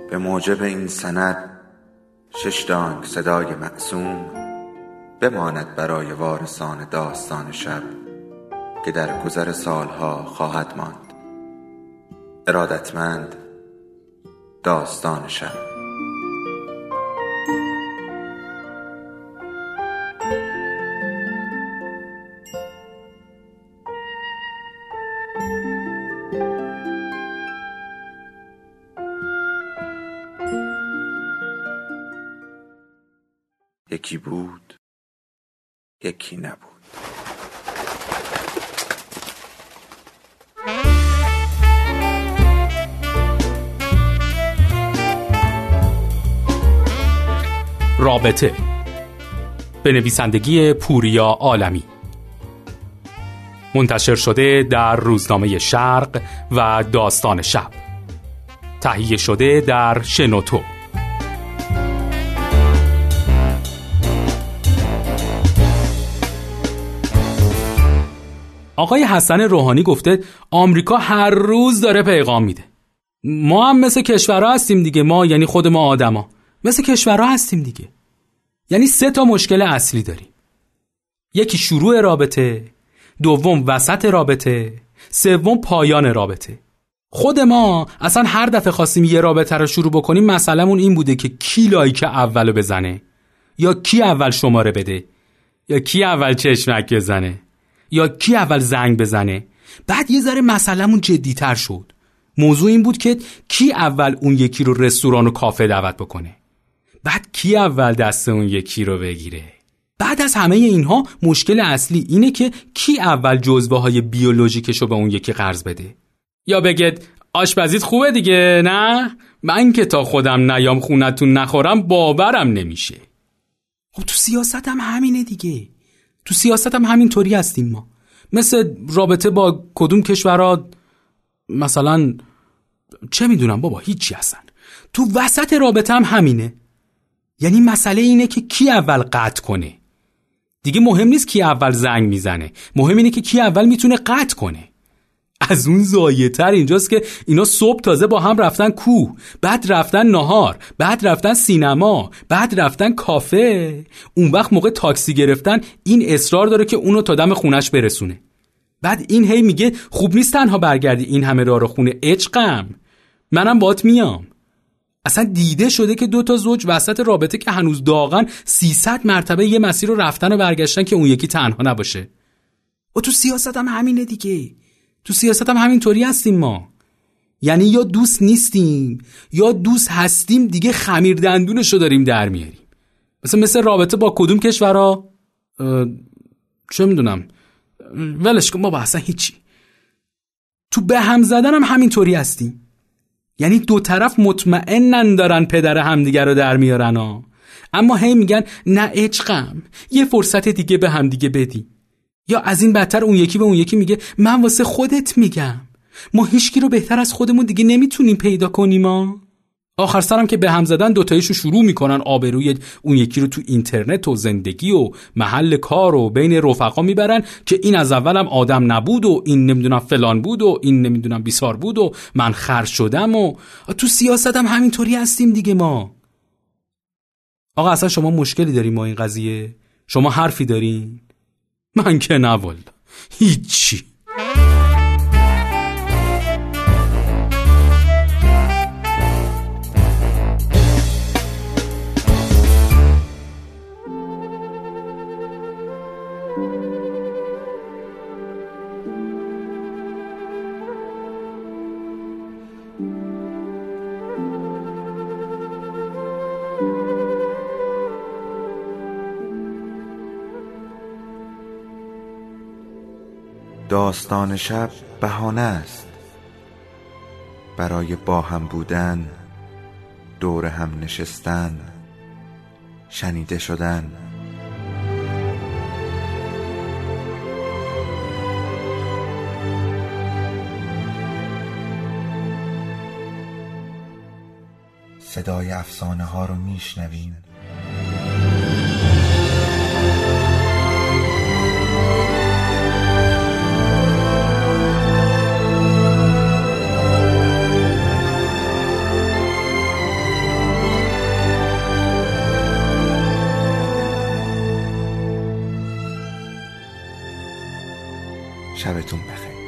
به موجب این سند 6 دانگ صدای معصوم بماند برای وارثان داستان شب که در گذر سالها خواهد ماند. ارادتمند، داستان شب. یکی بود، یکی نبود. رابطه، به نویسندگی پوریا عالمی، منتشر شده در روزنامه شرق و داستان شب، تهیه شده در شنوتو. آقای حسن روحانی گفته آمریکا هر روز داره پیغام میده. ما هم مثل کشورها هستیم دیگه. ما یعنی خود ما آدما مثل کشورها هستیم دیگه. یعنی 3 مشکل اصلی داریم. یکی شروع رابطه، دوم وسط رابطه، سوم پایان رابطه. خود ما اصلا هر دفعه خواستیم یه رابطه رو شروع بکنیم مسئله‌مون این بوده که کی لایک اولو بزنه، یا کی اول شماره بده، یا کی اول چشمک بزنه، یا کی اول زنگ بزنه. بعد یه ذره مسئله‌مون جدی‌تر شد. موضوع این بود که کی اول اون یکی رو رستوران و کافه دعوت بکنه، بعد کی اول دست اون یکی رو بگیره. بعد از همه اینها مشکل اصلی اینه که کی اول جزوه‌های بیولوژیکشو به اون یکی قرض بده. یا بگید آشپزیت خوبه دیگه، نه من که تا خودم نیام خونتون نخورم باورم نمیشه. خب تو سیاست هم همینه دیگه. تو سیاست هم همین طوری هستیم ما. مثل رابطه با کدوم کشورها، مثلا چه میدونم بابا، هیچی هستن. تو وسط رابطه هم همینه. یعنی مسئله اینه که کی اول قطع کنه. دیگه مهم نیست کی اول زنگ میزنه، مهم اینه که کی اول میتونه قطع کنه. از اون زایه‌تر اینجاست که اینا صبح تازه با هم رفتن کوه، بعد رفتن نهار، بعد رفتن سینما، بعد رفتن کافه. اون وقت موقع تاکسی گرفتن این اصرار داره که اونو تا دم خونش برسونه. بعد این هی میگه خوب نیست تنها برگردی این همه راه رو خونه، عشقم منم باهات میام. اصلا دیده شده که 2 زوج وسط رابطه که هنوز داغن 300 مرتبه یه مسیر رو رفتن و برگشتن که اون یکی تنها نباشه. و تو سیاست هم همینه دیگه. تو سیاست هم همین طوری هستیم ما. یعنی یا دوست نیستیم یا دوست هستیم دیگه، خمیر دندونشو داریم در میاریم. مثل رابطه با کدوم کشورها، چه میدونم، ولش کن بابا، اصلا هیچی. تو به هم زدن هم همین طوری هستیم. یعنی 2 طرف مطمئنن دارن پدر همدیگه رو در میارن ها. اما هی میگن نه عشقم یه فرصت دیگه به همدیگه بدی. یا از این بدتر اون یکی به اون یکی میگه من واسه خودت میگم، ما هیچکی رو بهتر از خودمون دیگه نمیتونیم پیدا کنیم ها. آخر سرم که به هم زدن 2 تایشو شروع میکنن آبروی اون یکی رو تو اینترنت و زندگی و محل کار و بین رفقا میبرن که این از اولم آدم نبود و این نمیدونم فلان بود و این نمیدونم بیسار بود و من خر شدم. و تو سیاست هم همینطوری هستیم دیگه ما. آقا اصلا شما مشکلی داریم با این قضیه؟ شما حرفی دارین؟ من که نه والله هیچی. داستان شب بهانه است برای با هم بودن، دور هم نشستن، شنیده شدن. صدای افسانه ها رو میشنویم. شبتون بخیر.